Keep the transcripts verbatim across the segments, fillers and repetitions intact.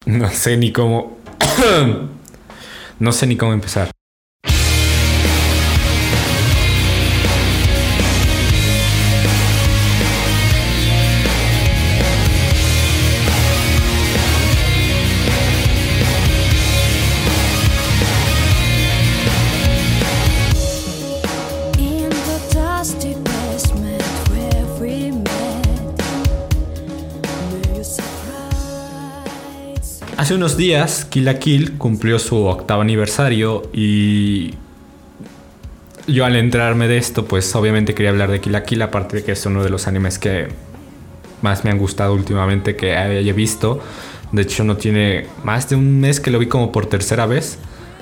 No sé ni cómo... no sé ni cómo empezar. Hace unos días Kill la Kill cumplió su octavo aniversario y yo al enterarme de esto pues obviamente quería hablar de Kill la Kill, aparte de que es uno de los animes que más me han gustado últimamente que haya visto. De hecho no tiene más de un mes que lo vi como por tercera vez,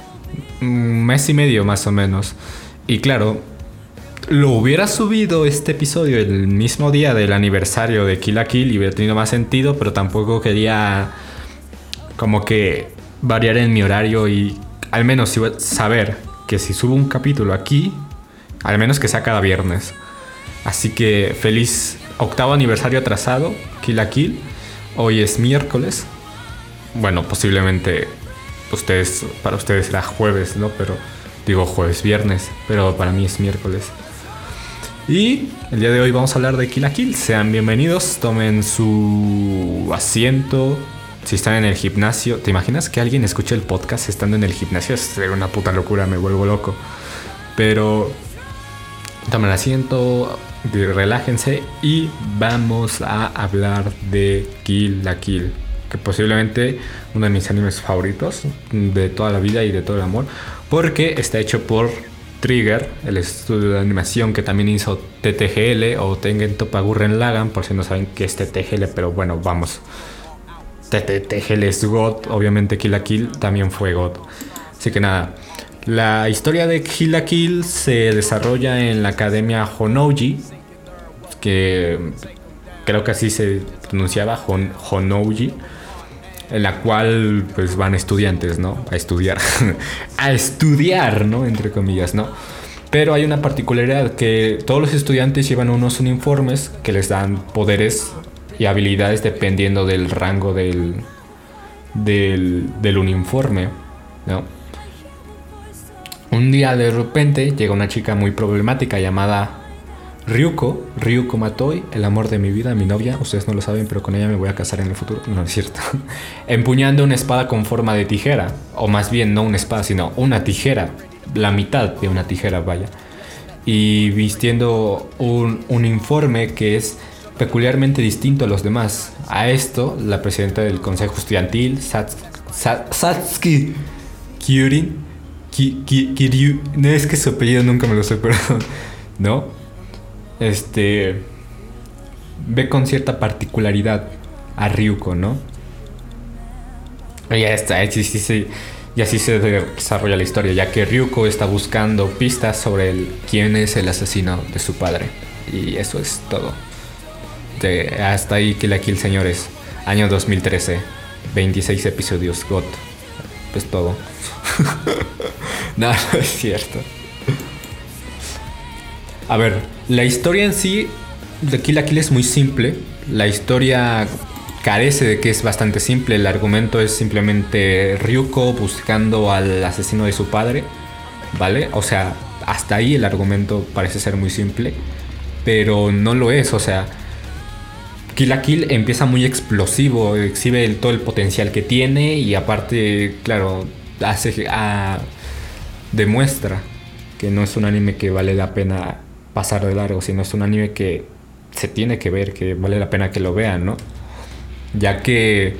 un mes y medio más o menos. Y claro, lo hubiera subido este episodio el mismo día del aniversario de Kill la Kill y hubiera tenido más sentido, pero tampoco quería como que variar en mi horario y al menos saber que si subo un capítulo aquí, al menos que sea cada viernes. Así que feliz octavo aniversario atrasado, Kill la Kill. Hoy es miércoles. Bueno, posiblemente ustedes, para ustedes será jueves, ¿no? Pero digo jueves, viernes, pero para mí es miércoles. Y el día de hoy vamos a hablar de Kill la Kill. Sean bienvenidos, tomen su asiento. Si están en el gimnasio, ¿te imaginas que alguien escuche el podcast estando en el gimnasio? Es una puta locura, me vuelvo loco. Pero tomen asiento, relájense y vamos a hablar de Kill la Kill, que posiblemente uno de mis animes favoritos de toda la vida y de todo el amor, porque está hecho por Trigger, el estudio de animación que también hizo T T G L o Tengen Toppa Gurren Lagann, por si no saben qué es T T G L, pero bueno, vamos. T T G L es God, obviamente Kill la Kill también fue God. Así que nada, la historia de Kill la Kill se desarrolla en la academia Honnouji, que creo que así se pronunciaba, Hon- Honnouji, en la cual pues van estudiantes, ¿no? A estudiar, a estudiar, ¿no? Entre comillas, ¿no? Pero hay una particularidad, que todos los estudiantes llevan unos uniformes que les dan poderes y habilidades dependiendo del rango del, del, del uniforme, ¿no? Un día de repente llega una chica muy problemática llamada Ryuko, Ryuko Matoi, el amor de mi vida, mi novia. Ustedes no lo saben, pero con ella me voy a casar en el futuro. No, es cierto. Empuñando una espada con forma de tijera, o más bien no una espada, sino una tijera, la mitad de una tijera, vaya. Y vistiendo un, un uniforme que es peculiarmente distinto a los demás. A esto, la presidenta del consejo estudiantil, Sats, Sats, Satsuki Kyurin, Ki, Ki, Kiryu, no es que su apellido nunca me lo sé, perdón, ¿no? Este ve con cierta particularidad a Ryuko, ¿no? Y ya está, y, sí, sí, sí, y así se desarrolla la historia, ya que Ryuko está buscando pistas sobre el, quién es el asesino de su padre. Y eso es todo. De, hasta ahí Kill la Kill, señores. Año dos mil trece, veintiséis episodios, God. Es todo. No, no es cierto. A ver, la historia en sí de Kill la Kill es muy simple. La historia carece de que es bastante simple. El argumento es simplemente Ryuko buscando al asesino de su padre, ¿vale? O sea, hasta ahí el argumento parece ser muy simple, pero no lo es. O sea, Kill la Kill empieza muy explosivo, exhibe el, todo el potencial que tiene y aparte, claro, hace, a, demuestra que no es un anime que vale la pena pasar de largo, sino es un anime que se tiene que ver, que vale la pena que lo vean, ¿no? Ya que,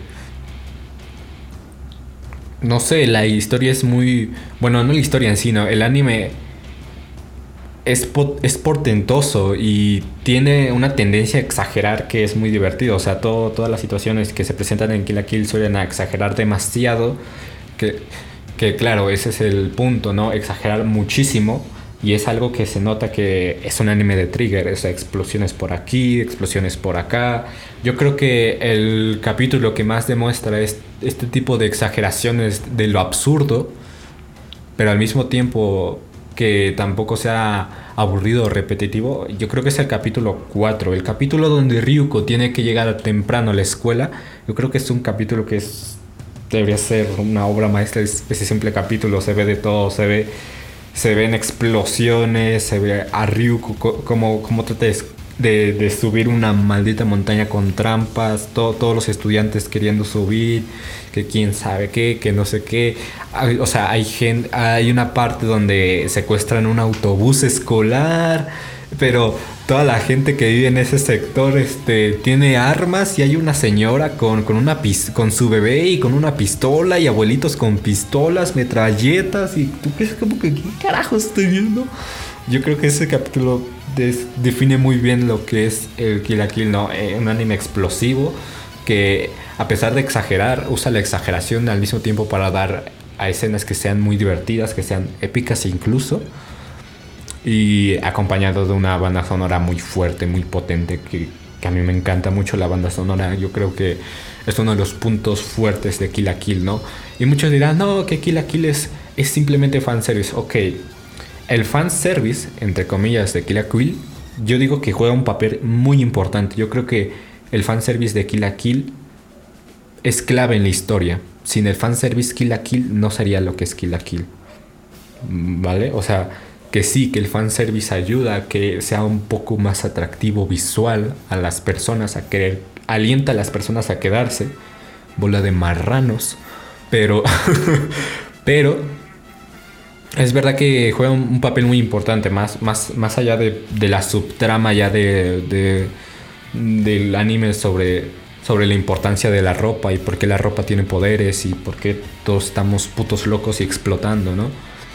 no sé, la historia es muy... Bueno, no la historia en sí, no, el anime es, pot, es portentoso y tiene una tendencia a exagerar que es muy divertido. O sea, todo, todas las situaciones que se presentan en Kill la Kill suelen a exagerar demasiado, que, que claro, ese es el punto, ¿no? Exagerar muchísimo. Y es algo que se nota que es un anime de Trigger. O sea, explosiones por aquí, explosiones por acá. Yo creo que el capítulo que más demuestra es este tipo de exageraciones de lo absurdo, pero al mismo tiempo que tampoco sea aburrido o repetitivo. Yo creo que es el capítulo cuatro. El capítulo donde Ryuko tiene que llegar temprano a la escuela. Yo creo que es un capítulo que es debería ser una obra maestra ese simple capítulo. Se ve de todo, se ve, se ven explosiones, se ve a Ryuko como, como trata de, de, de subir una maldita montaña con trampas, todo, todos los estudiantes queriendo subir, que quién sabe qué, que no sé qué. O sea, hay gente, hay una parte donde secuestran un autobús escolar, pero toda la gente que vive en ese sector este, tiene armas, y hay una señora con, con, una pis- con su bebé y con una pistola, y abuelitos con pistolas, metralletas, y tú piensas como que ¿qué carajo estoy viendo? Yo creo que ese capítulo des- define muy bien lo que es el Kill la Kill, ¿no? Eh, un anime explosivo que, a pesar de exagerar, usa la exageración al mismo tiempo para dar a escenas que sean muy divertidas, que sean épicas incluso, y acompañado de una banda sonora muy fuerte, muy potente, que, que a mí me encanta mucho la banda sonora. Yo creo que es uno de los puntos fuertes de Kill la Kill, ¿no? Y muchos dirán, no, que Kill la Kill es, es simplemente fanservice. Ok, el fanservice, entre comillas, de Kill la Kill, yo digo que juega un papel muy importante. Yo creo que el fanservice de Kill la Kill es clave en la historia. Sin el fanservice, Kill la Kill no sería lo que es Kill la Kill, ¿vale? O sea, que sí, que el fanservice ayuda a que sea un poco más atractivo visual a las personas, a querer, alienta a las personas a quedarse, bola de marranos, pero, pero es verdad que juega un, un papel muy importante, más, más, más allá de, de la subtrama ya de, de, del anime sobre, sobre la importancia de la ropa y por qué la ropa tiene poderes y por qué todos estamos putos locos y explotando, ¿no?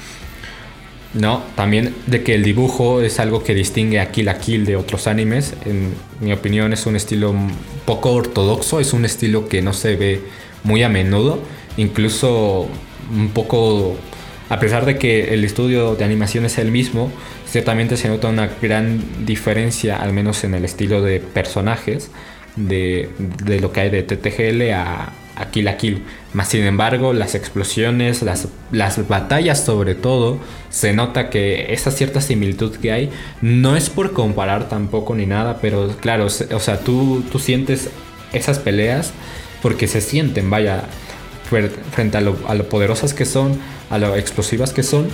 No, también de que el dibujo es algo que distingue a Kill la Kill de otros animes. En mi opinión es un estilo poco ortodoxo, es un estilo que no se ve muy a menudo, incluso un poco, a pesar de que el estudio de animación es el mismo, ciertamente se nota una gran diferencia, al menos en el estilo de personajes, de, de lo que hay de T T G L a, a Kill la Kill. Más sin embargo, las explosiones, las, las batallas sobre todo, se nota que esa cierta similitud que hay, no es por comparar tampoco ni nada, pero claro, o sea, tú, tú sientes esas peleas porque se sienten, vaya, frente a lo, a lo poderosas que son, a lo explosivas que son.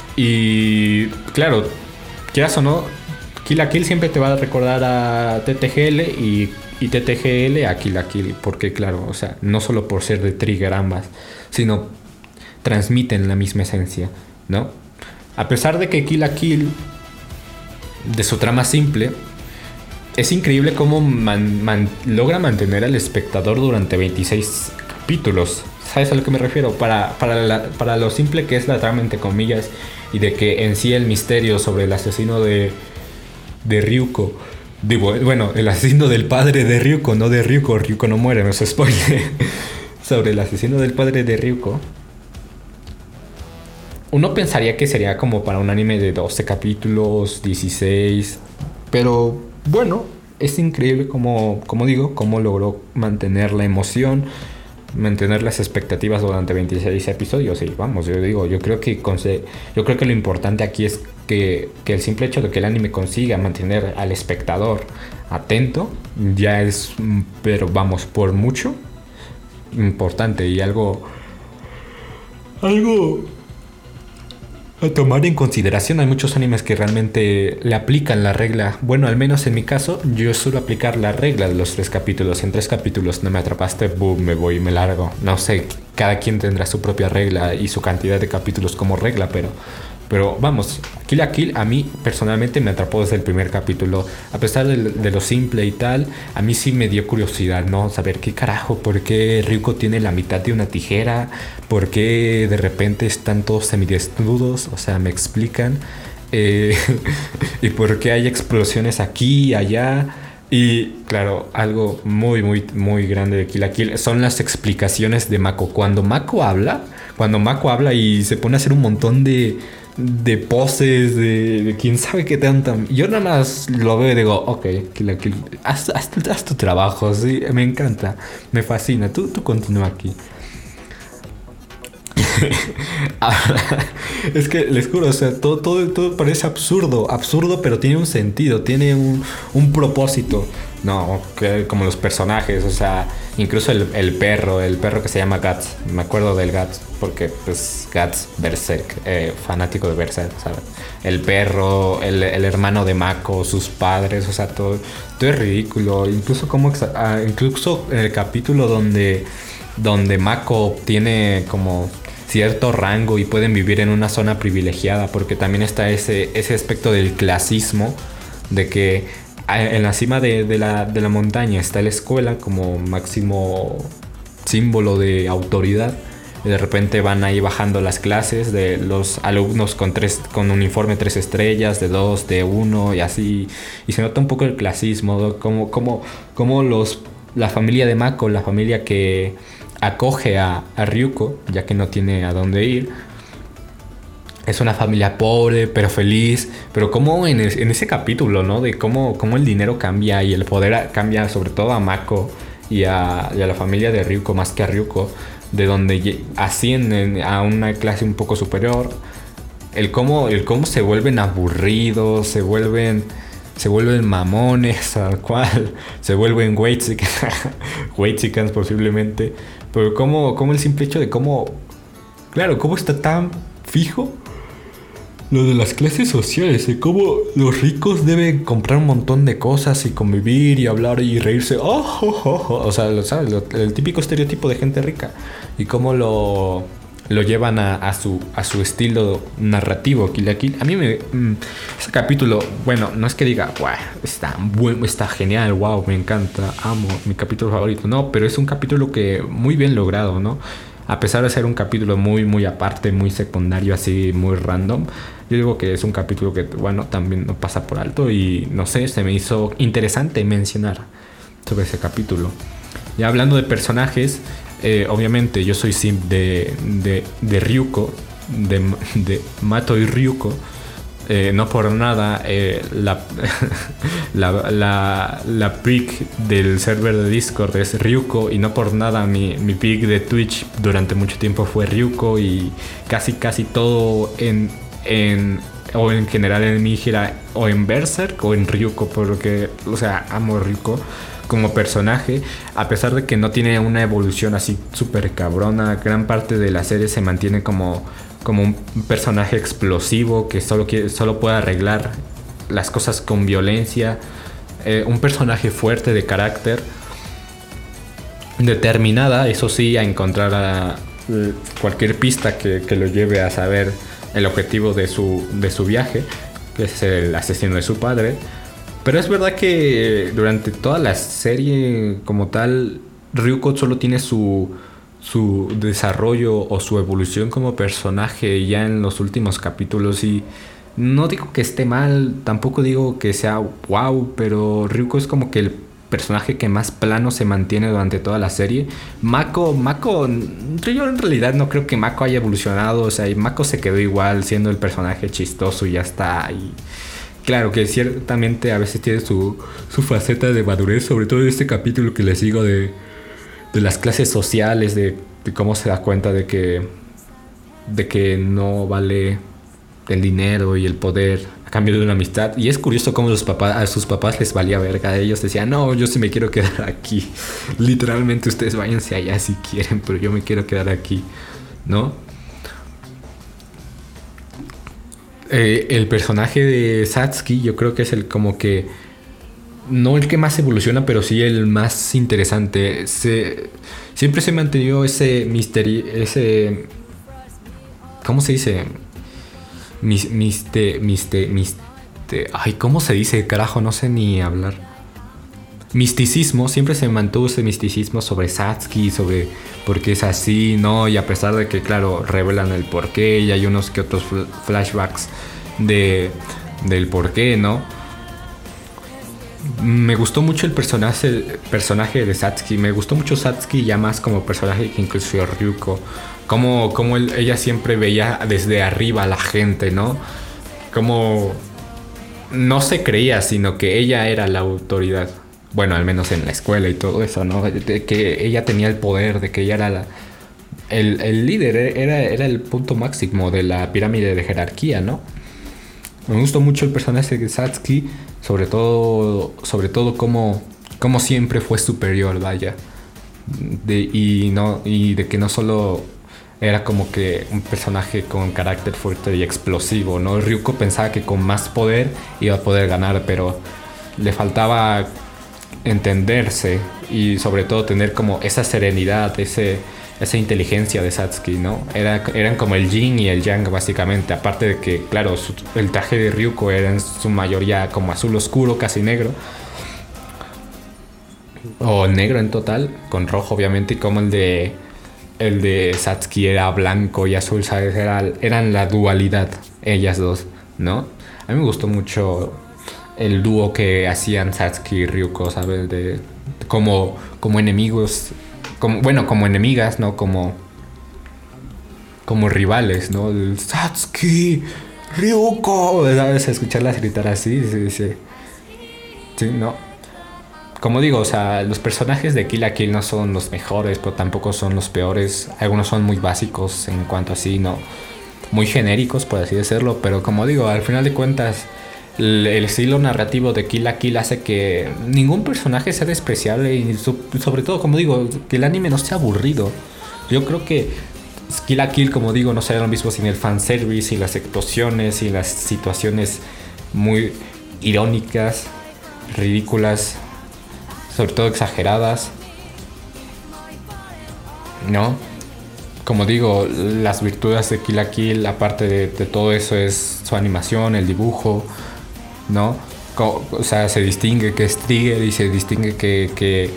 Y claro, quieras o no, Kill la Kill siempre te va a recordar a T T G L y Y T T G L a Kill la Kill, porque claro, o sea, no solo por ser de Trigger ambas, sino transmiten la misma esencia, ¿no? A pesar de que Kill la Kill, de su trama simple, es increíble cómo man, man, logra mantener al espectador durante veintiséis capítulos. ¿Sabes a lo que me refiero? Para, para, la, para lo simple que es la trama, entre comillas, y de que en sí el misterio sobre el asesino de, de Ryuko, digo, bueno, el asesino del padre de Ryuko, no de Ryuko, Ryuko no muere, no se spoile. Sobre el asesino del padre de Ryuko, uno pensaría que sería como para un anime de doce capítulos, dieciséis, pero bueno, es increíble como, como digo, cómo logró mantener la emoción, mantener las expectativas durante veintiséis episodios. Y vamos, yo digo, yo creo que conse- yo creo que lo importante aquí es que, que el simple hecho de que el anime consiga mantener al espectador atento ya es, pero vamos, por mucho importante, y algo algo a tomar en consideración. Hay muchos animes que realmente le aplican la regla. Bueno, al menos en mi caso, yo suelo aplicar la regla de los tres capítulos. En tres capítulos no me atrapaste, boom, me voy y me largo. No sé, cada quien tendrá su propia regla y su cantidad de capítulos como regla, pero... Pero vamos, Kill la Kill a mí personalmente me atrapó desde el primer capítulo. A pesar de, de lo simple y tal, a mí sí me dio curiosidad, ¿no? Saber qué carajo, por qué Ryuko tiene la mitad de una tijera, por qué de repente están todos semidesnudos, o sea, me explican. Eh, y por qué hay explosiones aquí y allá. Y claro, algo muy, muy, muy grande de Kill la Kill son las explicaciones de Mako. Cuando Mako habla, cuando Mako habla y se pone a hacer un montón de... de poses, de, de quién sabe qué tanta. Yo nada más lo veo y digo, ok, Kill la Kill, haz, haz, haz tu trabajo, sí, me encanta, me fascina, tú, tú continúa aquí. Es que les juro, o sea, todo, todo, todo parece absurdo, absurdo, pero tiene un sentido, tiene un, un propósito. No, que, como los personajes, o sea, incluso el, el perro, el perro que se llama Guts. Me acuerdo del Guts, porque pues Guts Berserk, eh, fanático de Berserk, ¿sabes? El perro, el, el hermano de Mako, sus padres, o sea, todo, todo es ridículo. Incluso como ah, incluso en el capítulo donde, donde Mako obtiene como cierto rango y pueden vivir en una zona privilegiada, porque también está ese, ese aspecto del clasismo, de que en la cima de, de, la, de la montaña está la escuela como máximo símbolo de autoridad. Y de repente van ahí bajando las clases de los alumnos con tres, con uniforme tres estrellas, de dos, de uno y así. Y se nota un poco el clasismo, ¿no? Como, como, como los, la familia de Mako, la familia que acoge a, a Ryuko, ya que no tiene a dónde ir. Es una familia pobre, pero feliz. Pero como en, es, en ese capítulo, ¿no? De cómo, cómo el dinero cambia y el poder a, cambia sobre todo a Mako y a, y a la familia de Ryuko, más que a Ryuko. De donde ascienden a una clase un poco superior. El cómo, el cómo se vuelven aburridos, se vuelven... Se vuelven mamones, tal cual. Se vuelven weights posiblemente. Pero cómo, cómo el simple hecho de cómo... Claro, cómo está tan fijo lo de las clases sociales, de cómo los ricos deben comprar un montón de cosas y convivir y hablar y reírse. Oh, oh, oh, oh. O sea, ¿sabes? El típico estereotipo de gente rica. Y cómo lo, lo llevan a, a, su, a su estilo narrativo, Kill la Kill. A mí me... Mm, ese capítulo, bueno, no es que diga, wow, está, bueno, está genial, wow, me encanta, amo, mi capítulo favorito. No, pero es un capítulo que muy bien logrado, ¿no? A pesar de ser un capítulo muy, muy aparte, muy secundario, así, muy random, yo digo que es un capítulo que, bueno, también no pasa por alto y, no sé, se me hizo interesante mencionar sobre ese capítulo. Ya hablando de personajes, eh, obviamente yo soy simp de, de, de Ryuko, de, de Mato y Ryuko. Eh, no por nada, eh, la, la, la, la pick del server de Discord es Ryuko, y no por nada mi, mi pick de Twitch durante mucho tiempo fue Ryuko, y casi casi todo en, en o en general en mi gira o en Berserk o en Ryuko, porque, o sea, amo Ryuko como personaje, a pesar de que no tiene una evolución así súper cabrona. Gran parte de la serie se mantiene como como un personaje explosivo que solo quiere, solo puede arreglar las cosas con violencia, eh, un personaje fuerte de carácter, determinada, eso sí, a encontrar a, eh, cualquier pista que, que lo lleve a saber el objetivo de su, de su viaje, que es el asesino de su padre. Pero es verdad que durante toda la serie como tal, Ryuko solo tiene su su desarrollo o su evolución como personaje ya en los últimos capítulos, y no digo que esté mal, tampoco digo que sea wow, pero Ryuko es como que el personaje que más plano se mantiene durante toda la serie. Mako, Mako, yo en realidad no creo que Mako haya evolucionado, o sea, Mako se quedó igual siendo el personaje chistoso y ya está. Y claro que ciertamente a veces tiene su, su faceta de madurez, sobre todo en este capítulo que les digo de de las clases sociales, de, de cómo se da cuenta de que de que no vale el dinero y el poder a cambio de una amistad. Y es curioso cómo los papás, a sus papás les valía verga. Ellos decían, no, yo sí me quiero quedar aquí. Literalmente ustedes váyanse allá si quieren, pero yo me quiero quedar aquí, ¿no? Eh, el personaje de Satsuki yo creo que es el como que no el que más evoluciona, pero sí el más interesante. Se, siempre se mantenió ese misterio, ese... ¿Cómo se dice? Mis, miste, miste, miste, ay, ¿cómo se dice? Carajo, no sé ni hablar. Misticismo, siempre se mantuvo ese misticismo sobre Satsuki, sobre por qué es así, ¿no? Y a pesar de que, claro, revelan el porqué y hay unos que otros flashbacks de, del porqué, ¿no? Me gustó mucho el personaje, el personaje de Satsuki. Me gustó mucho Satsuki ya más como personaje que incluso Ryuko. Como, como él, ella siempre veía desde arriba a la gente, ¿no? Como no se creía, sino que ella era la autoridad. Bueno, al menos en la escuela y todo eso, ¿no? De que ella tenía el poder, de que ella era la, el, el líder, era, era el punto máximo de la pirámide de jerarquía, ¿no? Me gustó mucho el personaje de Satsuki, sobre todo, sobre todo cómo, como siempre fue superior, vaya. De, y, no, y de que no solo era como que un personaje con carácter fuerte y explosivo, ¿no? Ryuko pensaba que con más poder iba a poder ganar, pero le faltaba entenderse y sobre todo tener como esa serenidad, ese, esa inteligencia de Satsuki, ¿no? Era, eran como el yin y el yang básicamente, aparte de que, claro, su, el traje de Ryuko era en su mayoría como azul oscuro, casi negro, o negro en total, con rojo obviamente, y como el de el de Satsuki era blanco y azul, ¿sabes? Era, eran la dualidad, ellas dos, ¿no? A mí me gustó mucho el dúo que hacían Satsuki y Ryuko, ¿sabes? De, como, como enemigos, como, bueno, como enemigas, ¿no? Como, como rivales, ¿no? El Satsuki, Ryuko, ¿sabes? Escucharlas gritar así, sí, sí. Sí, ¿no? Como digo, o sea, los personajes de Kill la Kill no son los mejores, pero tampoco son los peores. Algunos son muy básicos en cuanto a sí, ¿no? Muy genéricos, por así decirlo. Pero como digo, al final de cuentas, el, el estilo narrativo de Kill la Kill hace que ningún personaje sea despreciable. Y so, sobre todo, como digo, que el anime no sea aburrido. Yo creo que Kill la Kill, como digo, no sería lo mismo sin el fanservice y las explosiones y las situaciones muy irónicas, ridículas, sobre todo exageradas, ¿no? Como digo, las virtudes de Kill la Kill, aparte de, de todo eso, es su animación, el dibujo, ¿no? Co- o sea, se distingue que es Trigger y se distingue que que,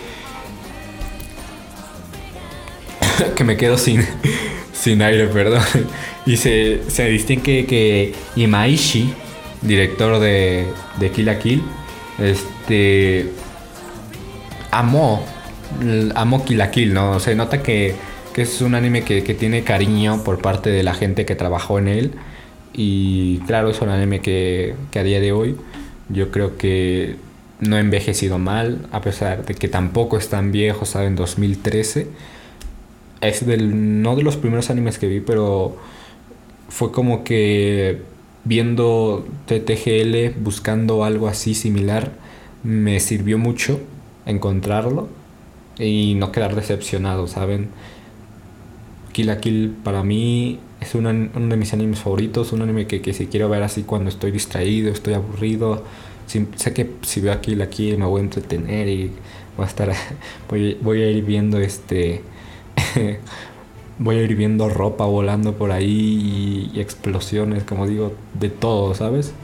que me quedo sin, sin aire, perdón. Y se, se distingue que Imaishi, director de, de Kill la Kill, este... amó, amó Kill la Kill, ¿no? Se nota que, que es un anime que, que tiene cariño por parte de la gente que trabajó en él. Y claro, es un anime que, que a día de hoy yo creo que no ha envejecido mal, a pesar de que tampoco es tan viejo, ¿saben? En dos mil trece. Es del, no de los primeros animes que vi, pero fue como que viendo T T G L, buscando algo así similar, me sirvió mucho encontrarlo y no quedar decepcionado, ¿saben? Kill la Kill para mí es una, uno de mis animes favoritos, un anime que, que si quiero ver así cuando estoy distraído, estoy aburrido. Si, sé que si veo Kill la Kill me voy a entretener y voy a estar voy, voy a ir viendo este voy a ir viendo ropa volando por ahí y, y explosiones, como digo, de todo, ¿sabes?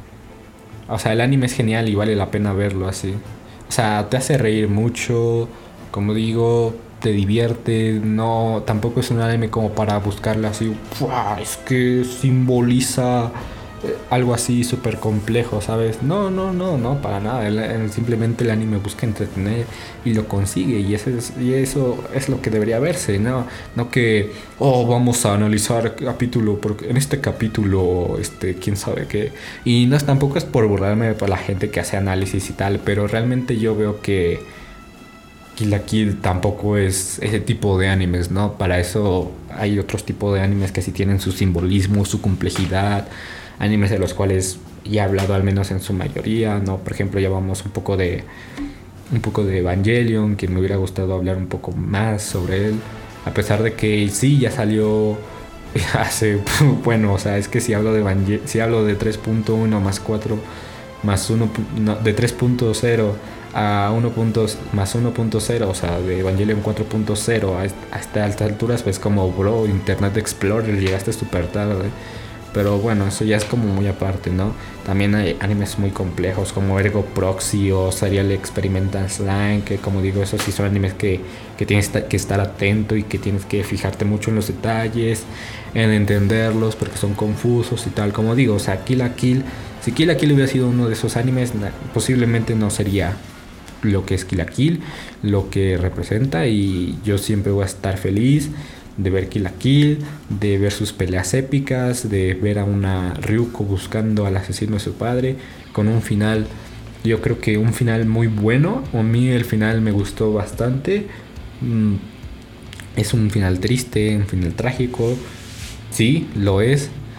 O sea, el anime es genial y vale la pena verlo así. O sea, te hace reír mucho, como digo, te divierte, no, tampoco es un anime como para buscarle así, ¡fua! Es que simboliza eh, algo así súper complejo, ¿sabes? No, no, no, no, para nada, el, el, simplemente el anime busca entretener y lo consigue y eso es, y eso es lo que debería verse, ¿no? No que, oh, vamos a analizar capítulo, porque en este capítulo, este, quién sabe qué, y no, tampoco es por burlarme por la gente que hace análisis y tal, pero realmente yo veo que Kill la Kill tampoco es ese tipo de animes, ¿no? Para eso hay otros tipos de animes que sí tienen su simbolismo, su complejidad, animes de los cuales ya he hablado al menos en su mayoría, ¿no? Por ejemplo, ya vamos un poco de un poco de Evangelion, que me hubiera gustado hablar un poco más sobre él, a pesar de que sí ya salió hace, bueno, o sea, es que si hablo de Evangel- si hablo de tres punto uno más cuatro más uno, no, de tres punto cero a uno más uno punto cero, o sea, de Evangelion cuatro punto cero a, hasta altas alturas, pues como, bro, Internet Explorer, llegaste súper tarde. Pero bueno, eso ya es como muy aparte, ¿no? También hay animes muy complejos como Ergo Proxy o Serial Experimental Slime, que como digo, esos sí son animes que, que tienes que estar atento y que tienes que fijarte mucho en los detalles, en entenderlos, porque son confusos y tal. Como digo, o sea, Kill la Kill, si Kill la Kill hubiera sido uno de esos animes, posiblemente no sería lo que es Kill la Kill, lo que representa, y yo siempre voy a estar feliz de ver Kill la Kill, de ver sus peleas épicas, de ver a una Ryuko buscando al asesino de su padre, con un final, yo creo que un final muy bueno. A mí el final me gustó bastante. Mm, es un final triste, un final trágico, sí, lo es,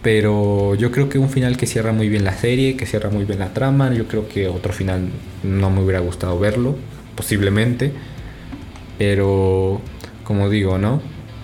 Pero yo creo que un final que cierra muy bien la serie, que cierra muy bien la trama. Yo creo que otro final no me hubiera gustado verlo, posiblemente. Pero, como digo, ¿no?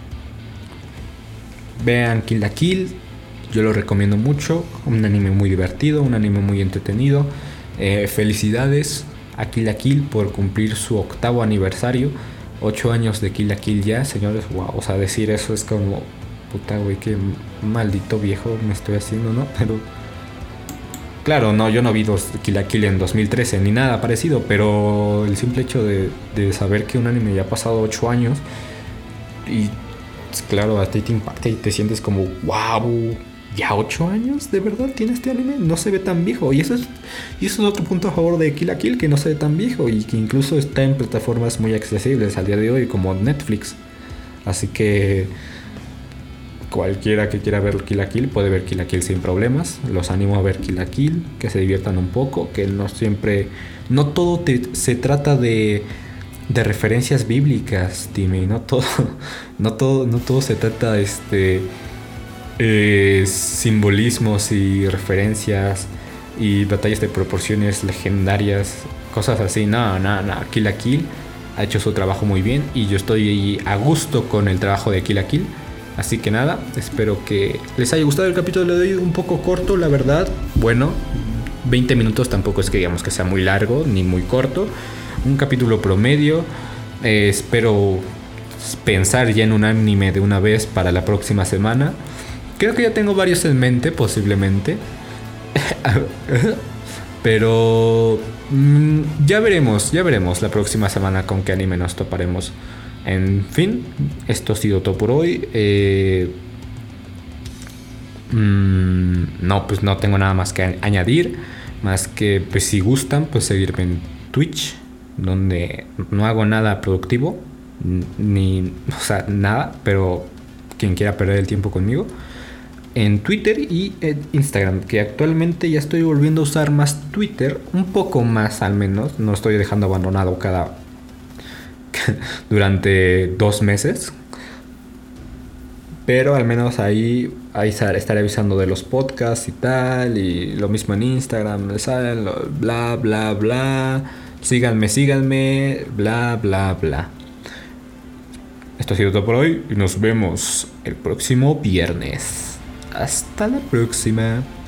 Vean Kill la Kill. Yo lo recomiendo mucho. Un anime muy divertido, un anime muy entretenido. Eh, felicidades a Kill la Kill por cumplir su octavo aniversario. Ocho años de Kill la Kill ya, señores. Wow, o sea, decir eso es como... Puta, güey, qué maldito viejo me estoy haciendo, ¿no? Pero... Claro, no, yo no vi dos Kill la Kill en dos mil trece ni nada parecido, pero el simple hecho de, de saber que un anime ya ha pasado ocho años y pues, claro, a ti te impacta y te sientes como, wow, ya ocho años, ¿de verdad tiene este anime? No se ve tan viejo. Y eso es, y eso es otro punto a favor de Kill la Kill, que no se ve tan viejo y que incluso está en plataformas muy accesibles al día de hoy, como Netflix. Así que... cualquiera que quiera ver Kill la Kill puede ver Kill la Kill sin problemas. Los animo a ver Kill la Kill, que se diviertan un poco, que no siempre... No todo te, se trata de, de referencias bíblicas, Timmy. No todo, no todo, no todo se trata de este, eh, simbolismos y referencias y batallas de proporciones legendarias, cosas así. No, no, no. Kill la Kill ha hecho su trabajo muy bien y yo estoy a gusto con el trabajo de Kill la Kill. Así que nada, espero que les haya gustado el capítulo de hoy, un poco corto, la verdad. Bueno, veinte minutos tampoco es que digamos que sea muy largo ni muy corto. Un capítulo promedio. Eh, espero pensar ya en un anime de una vez para la próxima semana. Creo que ya tengo varios en mente, posiblemente. Pero mmm, ya veremos, ya veremos la próxima semana con qué anime nos toparemos. En fin, esto ha sido todo por hoy. Eh, mmm, no, pues no tengo nada más que añadir. Más que, pues si gustan, pues seguirme en Twitch, donde no hago nada productivo, ni, o sea, nada, pero quien quiera perder el tiempo conmigo. En Twitter y en Instagram, que actualmente ya estoy volviendo a usar más Twitter, un poco más al menos. No estoy dejando abandonado cada... durante dos meses, pero al menos ahí, ahí estaré avisando de los podcasts y tal, y lo mismo en Instagram, bla bla bla, síganme, síganme, bla bla bla. Esto ha sido todo por hoy y nos vemos el próximo viernes. Hasta la próxima.